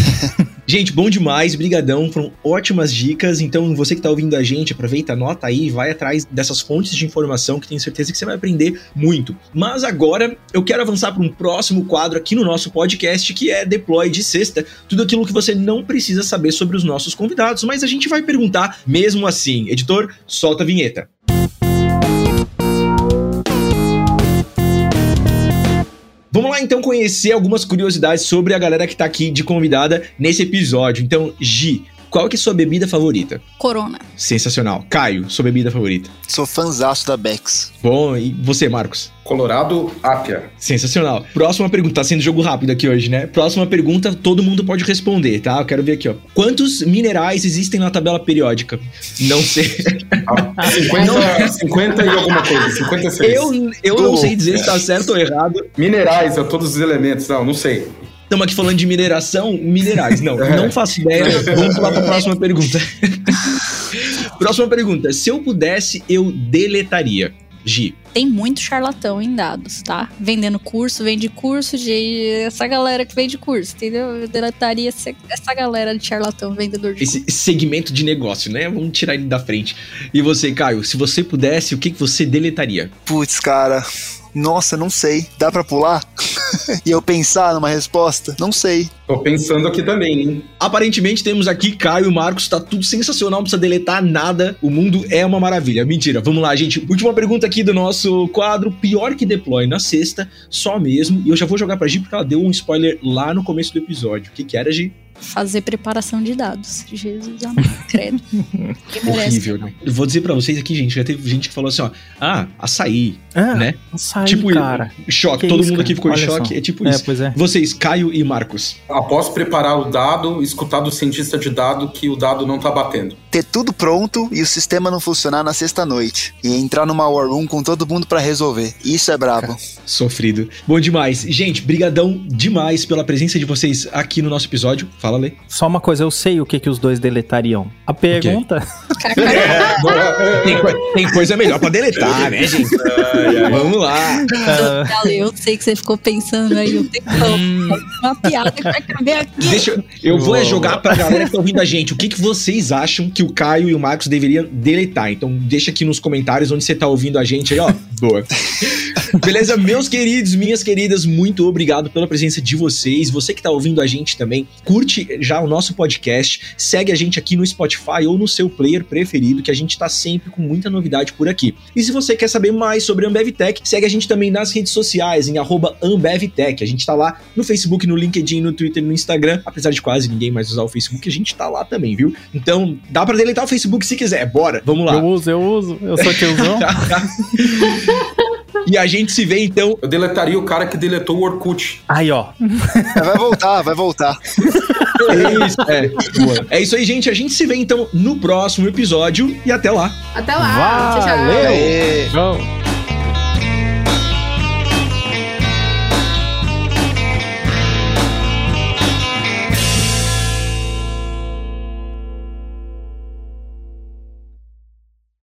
Gente, bom demais, brigadão, foram ótimas dicas. Então, você que tá ouvindo a gente, aproveita, anota aí, vai atrás dessas fontes de informação que tenho certeza que você vai aprender muito. Mas agora, eu quero avançar para um próximo quadro aqui no nosso podcast, que é Deploy de Sexta. Tudo aquilo que você não precisa saber sobre os nossos convidados, mas a gente vai perguntar mesmo assim. Editor, solta a vinheta. Vamos lá então conhecer algumas curiosidades sobre a galera que tá aqui de convidada nesse episódio. Então, Gi, qual que é a sua bebida favorita? Corona. Sensacional. Caio, sua bebida favorita? Sou fãzaço da Bex. Bom, e você, Marcos? Colorado Apia. Sensacional. Próxima pergunta, tá sendo jogo rápido aqui hoje, né? Próxima pergunta, todo mundo pode responder, tá? Eu quero ver aqui, ó. Quantos minerais existem na tabela periódica? Não sei. Ah, cinquenta, cinquenta e alguma coisa, cinquenta e seis. Eu, eu não sei dizer se tá certo ou errado. Minerais, é todos os elementos. Não, não sei. Estamos aqui falando de mineração, minerais. Não, não faço ideia. Vamos pular para a próxima pergunta. Próxima pergunta. Se eu pudesse, eu deletaria. Gi. Tem muito charlatão em dados, tá? Vendendo curso, vende curso de essa galera que vende curso, entendeu? Eu deletaria essa galera de charlatão, vendedor de Esse curso. segmento de negócio, né? Vamos tirar ele da frente. E você, Caio, se você pudesse, o que, que você deletaria? Putz, cara, nossa, não sei. Dá pra pular? E eu pensar numa resposta? Não sei. Tô pensando aqui também, hein? Aparentemente temos aqui Caio e Marcos, tá tudo sensacional, não precisa deletar nada, o mundo é uma maravilha. Mentira, vamos lá, gente. Última pergunta aqui do nosso quadro, pior que deploy na sexta, só mesmo, e eu já vou jogar pra Gi porque ela deu um spoiler lá no começo do episódio. O que que era, Gi? Fazer preparação de dados. Jesus amado, credo. Que merece. Horrível, né? Eu vou dizer pra vocês aqui, gente, já teve gente que falou assim, ó, ah, açaí, ah, né? açaí, Tipo, cara. choque, Que todo isso, mundo cara? aqui ficou em Olha choque, só. é tipo É, isso. pois é. Vocês, Caio e Marcos. Após preparar o dado, escutar do cientista de dado que o dado não tá batendo. Ter tudo pronto e o sistema não funcionar na sexta-noite. E entrar numa war room com todo mundo pra resolver. Isso é brabo. Sofrido. Bom demais. Gente, brigadão demais pela presença de vocês aqui no nosso episódio. Fala, Lê. Só uma coisa, eu sei o que, que os dois deletariam. A pergunta... Tem, co- tem coisa melhor pra deletar, né, gente? Vamos lá. Eu, eu sei que você ficou pensando aí o tempão. Uma piada que vai caber aqui. Deixa eu, eu vou é jogar pra galera que tá ouvindo a gente. O que, que vocês acham que o Caio e o Marcos deveriam deletar? Então deixa aqui nos comentários onde você tá ouvindo a gente aí, ó. Boa. Beleza? Meus queridos, minhas queridas, muito obrigado pela presença de vocês. Você que tá ouvindo a gente também, curte já o nosso podcast, segue a gente aqui no Spotify ou no seu player preferido, que a gente tá sempre com muita novidade por aqui. E se você quer saber mais sobre a AmbevTech, segue a gente também nas redes sociais, em arroba AmbevTech. A gente tá lá no Facebook, no LinkedIn, no Twitter, no Instagram. Apesar de quase ninguém mais usar o Facebook, a gente tá lá também, viu? Então, dá pra deletar o Facebook se quiser. Bora, vamos lá. Eu uso, eu uso. Eu sou tiozão. E a gente se vê, então... Eu deletaria o cara que deletou o Orkut. Aí, ó. Vai voltar, vai voltar. É isso, é. Boa. É isso aí, gente. A gente se vê, então, no próximo episódio. E até lá. Até lá. Tchau, tchau. Valeu. Aê. Tchau.